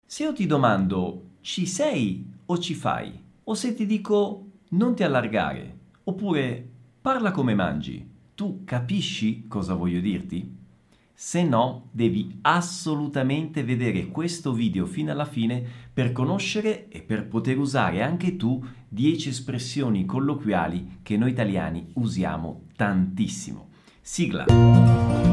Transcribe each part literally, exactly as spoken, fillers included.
Se io ti domando ci sei o ci fai, o se ti dico non ti allargare, oppure parla come mangi, tu capisci cosa voglio dirti? Se no, devi assolutamente vedere questo video fino alla fine per conoscere e per poter usare anche tu dieci espressioni colloquiali che noi italiani usiamo tantissimo. Sigla!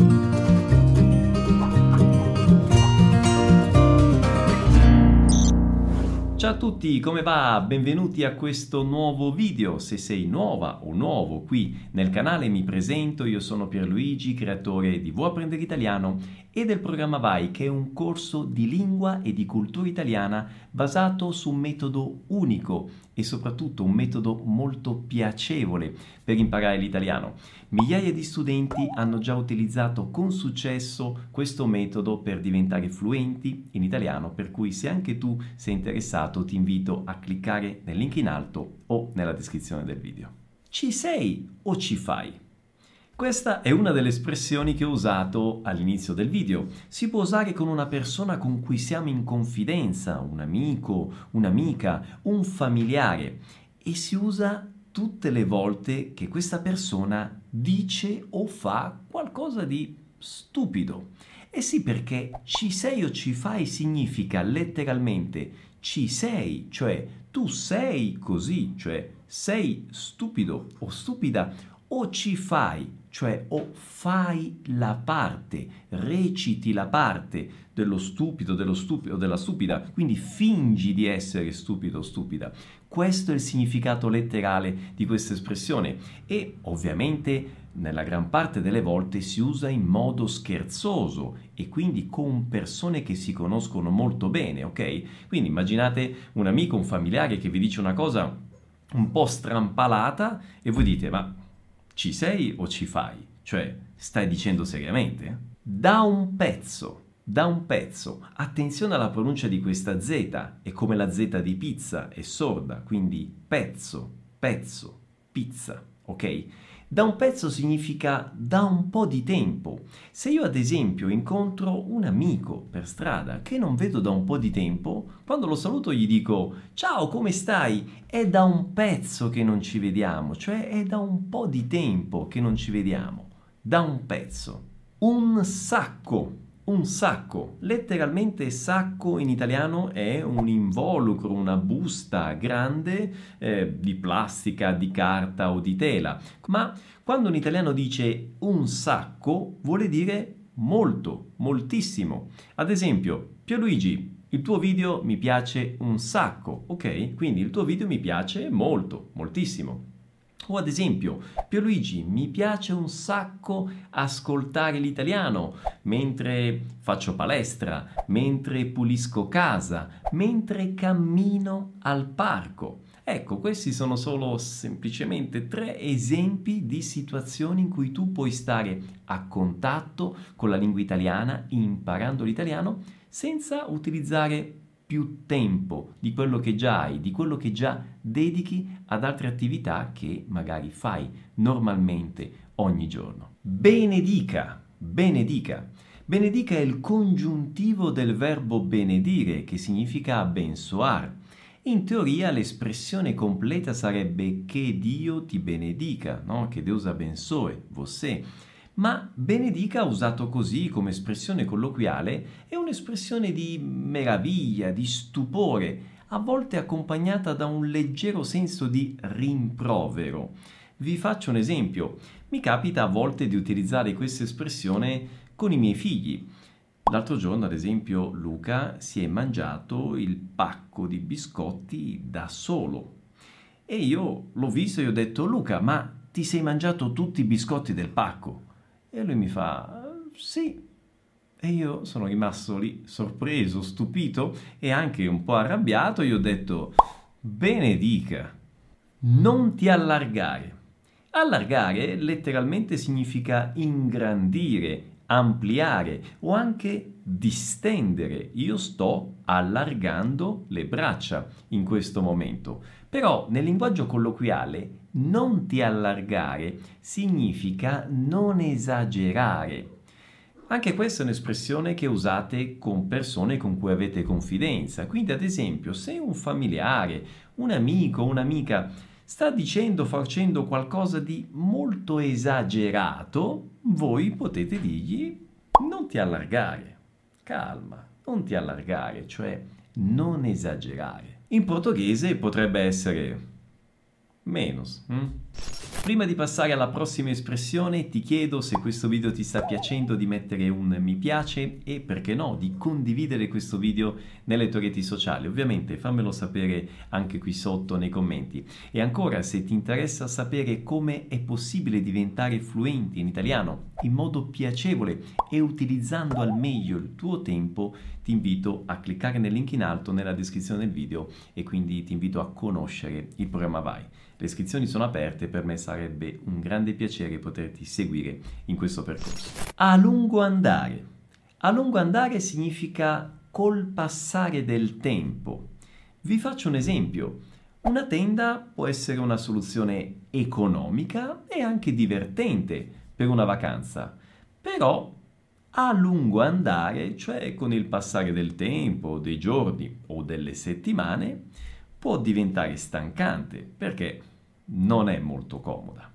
Ciao a tutti, come va? Benvenuti a questo nuovo video. Se sei nuova o nuovo qui nel canale mi presento, io sono Pierluigi, creatore di Vuoi apprendere italiano e del programma Vai, che è un corso di lingua e di cultura italiana basato su un metodo unico e soprattutto un metodo molto piacevole per imparare l'italiano. Migliaia di studenti hanno già utilizzato con successo questo metodo per diventare fluenti in italiano, per cui se anche tu sei interessato ti invito a cliccare nel link in alto o nella descrizione del video. Ci sei o ci fai? Questa è una delle espressioni che ho usato all'inizio del video. Si può usare con una persona con cui siamo in confidenza, un amico, un'amica, un familiare, e si usa tutte le volte che questa persona dice o fa qualcosa di stupido. E sì, perché ci sei o ci fai significa letteralmente ci sei, cioè tu sei così, cioè sei stupido o stupida, o ci fai, cioè o fai la parte, reciti la parte dello stupido, dello stupido, della stupida, quindi fingi di essere stupido o stupida. Questo è il significato letterale di questa espressione e ovviamente nella gran parte delle volte si usa in modo scherzoso e quindi con persone che si conoscono molto bene, ok? Quindi immaginate un amico, un familiare che vi dice una cosa un po' strampalata e voi dite ma ci sei o ci fai? Cioè, stai dicendo seriamente? Da un pezzo, da un pezzo. Attenzione alla pronuncia di questa Z, è come la Z di pizza, è sorda, quindi pezzo, pezzo, pizza, ok? Da un pezzo significa da un po' di tempo. Se io ad esempio incontro un amico per strada che non vedo da un po' di tempo, quando lo saluto gli dico ciao, come stai? È da un pezzo che non ci vediamo, cioè è da un po' di tempo che non ci vediamo. Da un pezzo. Un sacco. Un sacco, letteralmente sacco in italiano è un involucro, una busta grande eh, di plastica, di carta o di tela, ma quando un italiano dice un sacco vuole dire molto, moltissimo. Ad esempio, Pierluigi, il tuo video mi piace un sacco, ok? Quindi il tuo video mi piace molto, moltissimo. O ad esempio, Pierluigi, mi piace un sacco ascoltare l'italiano mentre faccio palestra, mentre pulisco casa, mentre cammino al parco. Ecco, questi sono solo semplicemente tre esempi di situazioni in cui tu puoi stare a contatto con la lingua italiana, imparando l'italiano, senza utilizzare più tempo di quello che già hai, di quello che già dedichi ad altre attività che magari fai normalmente ogni giorno. Benedica, benedica. Benedica è il congiuntivo del verbo benedire, che significa bensoar. In teoria l'espressione completa sarebbe che Dio ti benedica, no? Che Deus abençoe você. Ma benedica, usato così come espressione colloquiale, è un'espressione di meraviglia, di stupore, a volte accompagnata da un leggero senso di rimprovero. Vi faccio un esempio. Mi capita a volte di utilizzare questa espressione con i miei figli. L'altro giorno, ad esempio, Luca si è mangiato il pacco di biscotti da solo. E io l'ho visto e gli ho detto, Luca, ma ti sei mangiato tutti i biscotti del pacco? E lui mi fa, sì. E io sono rimasto lì sorpreso, stupito e anche un po' arrabbiato. Gli ho detto, benedica, non ti allargare. Allargare letteralmente significa ingrandire, ampliare o anche distendere. Io sto allargando le braccia in questo momento. Però nel linguaggio colloquiale non ti allargare significa non esagerare. Anche questa è un'espressione che usate con persone con cui avete confidenza. Quindi, ad esempio, se un familiare, un amico, un'amica sta dicendo, facendo qualcosa di molto esagerato, voi potete dirgli non ti allargare, calma, non ti allargare, cioè non esagerare. In portoghese potrebbe essere menos. Hm? Prima di passare alla prossima espressione, ti chiedo, se questo video ti sta piacendo, di mettere un mi piace e, perché no, di condividere questo video nelle tue reti sociali. Ovviamente fammelo sapere anche qui sotto nei commenti. E ancora, se ti interessa sapere come è possibile diventare fluenti in italiano in modo piacevole e utilizzando al meglio il tuo tempo, ti invito a cliccare nel link in alto nella descrizione del video e quindi ti invito a conoscere il programma Vai. Le iscrizioni sono aperte, per me sarebbe un grande piacere poterti seguire in questo percorso. A lungo andare. A lungo andare significa col passare del tempo. Vi faccio un esempio. Una tenda può essere una soluzione economica e anche divertente per una vacanza, però a lungo andare, cioè con il passare del tempo, dei giorni o delle settimane, può diventare stancante perché non è molto comoda.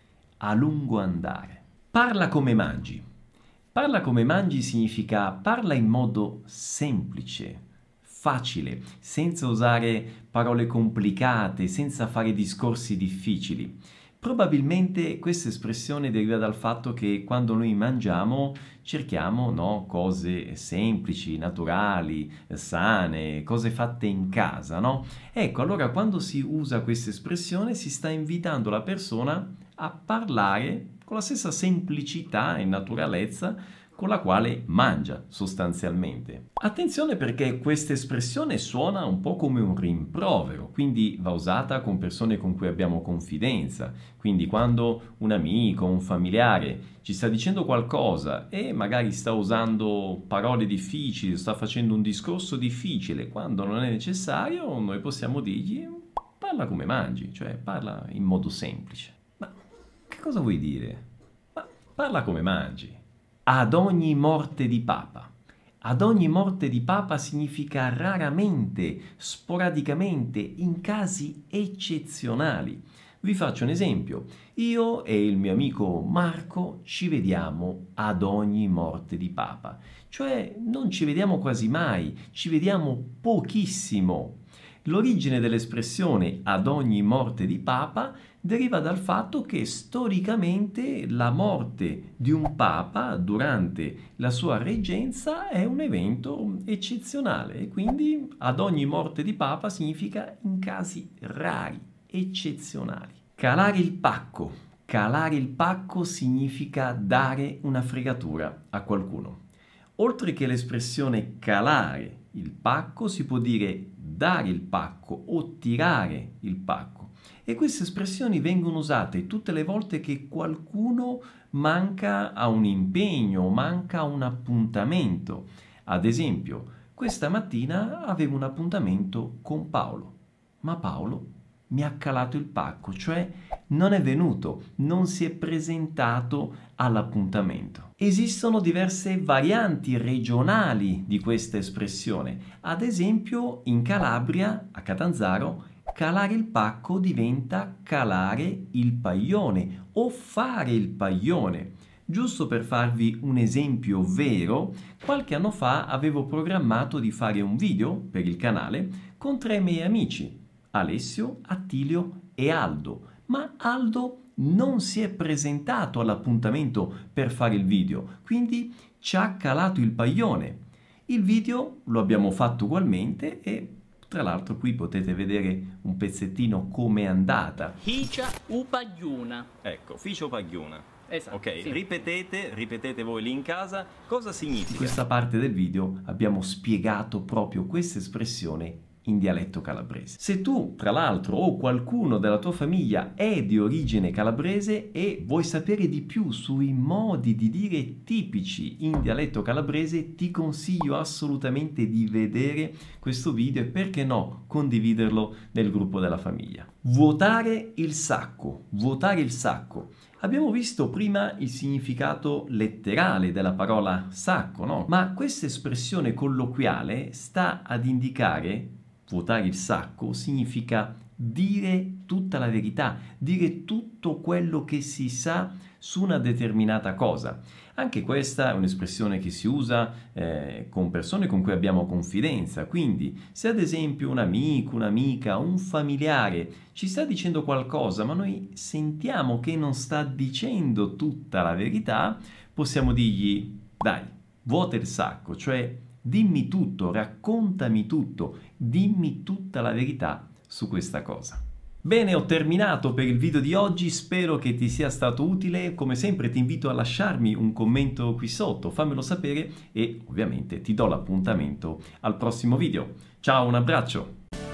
A lungo andare. Parla come mangi. Parla come mangi significa parla in modo semplice, facile, senza usare parole complicate, senza fare discorsi difficili. Probabilmente questa espressione deriva dal fatto che quando noi mangiamo cerchiamo, no, cose semplici, naturali, sane, cose fatte in casa, no? Ecco, allora quando si usa questa espressione si sta invitando la persona a parlare con la stessa semplicità e naturalezza con la quale mangia sostanzialmente. Attenzione, perché questa espressione suona un po' come un rimprovero, quindi va usata con persone con cui abbiamo confidenza. Quindi quando un amico, un familiare ci sta dicendo qualcosa e magari sta usando parole difficili, sta facendo un discorso difficile quando non è necessario, noi possiamo dirgli parla come mangi, cioè parla in modo semplice. Ma che cosa vuoi dire? Ma parla come mangi. Ad ogni morte di papa. Ad ogni morte di papa significa raramente, sporadicamente, in casi eccezionali. Vi faccio un esempio. Io e il mio amico Marco ci vediamo ad ogni morte di papa. Cioè non ci vediamo quasi mai, ci vediamo pochissimo. L'origine dell'espressione ad ogni morte di papa deriva dal fatto che storicamente la morte di un papa durante la sua reggenza è un evento eccezionale e quindi ad ogni morte di papa significa in casi rari, eccezionali. Calare il pacco. Calare il pacco significa dare una fregatura a qualcuno. Oltre che l'espressione calare il pacco, si può dire dare il pacco o tirare il pacco. E queste espressioni vengono usate tutte le volte che qualcuno manca a un impegno, manca a un appuntamento. Ad esempio, questa mattina avevo un appuntamento con Paolo, ma Paolo mi ha calato il pacco, cioè non è venuto, non si è presentato all'appuntamento. Esistono diverse varianti regionali di questa espressione. Ad esempio, in Calabria, a Catanzaro, calare il pacco diventa calare il paglione o fare il paglione. Giusto per farvi un esempio vero, qualche anno fa avevo programmato di fare un video per il canale con tre miei amici, Alessio, Attilio e Aldo, ma Aldo non si è presentato all'appuntamento per fare il video, quindi ci ha calato il paglione. Il video lo abbiamo fatto ugualmente e tra l'altro qui potete vedere un pezzettino come è andata. Ficia u pagliuna. Ecco, ficia u pagliuna. Esatto. Ok, sì. ripetete, ripetete voi lì in casa cosa significa. In questa parte del video abbiamo spiegato proprio questa espressione in dialetto calabrese. Se tu, tra l'altro, o qualcuno della tua famiglia è di origine calabrese e vuoi sapere di più sui modi di dire tipici in dialetto calabrese, ti consiglio assolutamente di vedere questo video e, perché no, condividerlo nel gruppo della famiglia. Vuotare il sacco. Vuotare il sacco Abbiamo visto prima il significato letterale della parola sacco, no? Ma questa espressione colloquiale sta ad indicare, vuotare il sacco significa dire tutta la verità, dire tutto quello che si sa su una determinata cosa. Anche questa è un'espressione che si usa eh, con persone con cui abbiamo confidenza, quindi se ad esempio un amico, un'amica, un familiare ci sta dicendo qualcosa, ma noi sentiamo che non sta dicendo tutta la verità, possiamo dirgli: dai, vuota il sacco, cioè dimmi tutto, raccontami tutto, dimmi tutta la verità su questa cosa. Bene, ho terminato per il video di oggi, spero che ti sia stato utile. Come sempre ti invito a lasciarmi un commento qui sotto, fammelo sapere e ovviamente ti do l'appuntamento al prossimo video. Ciao, un abbraccio!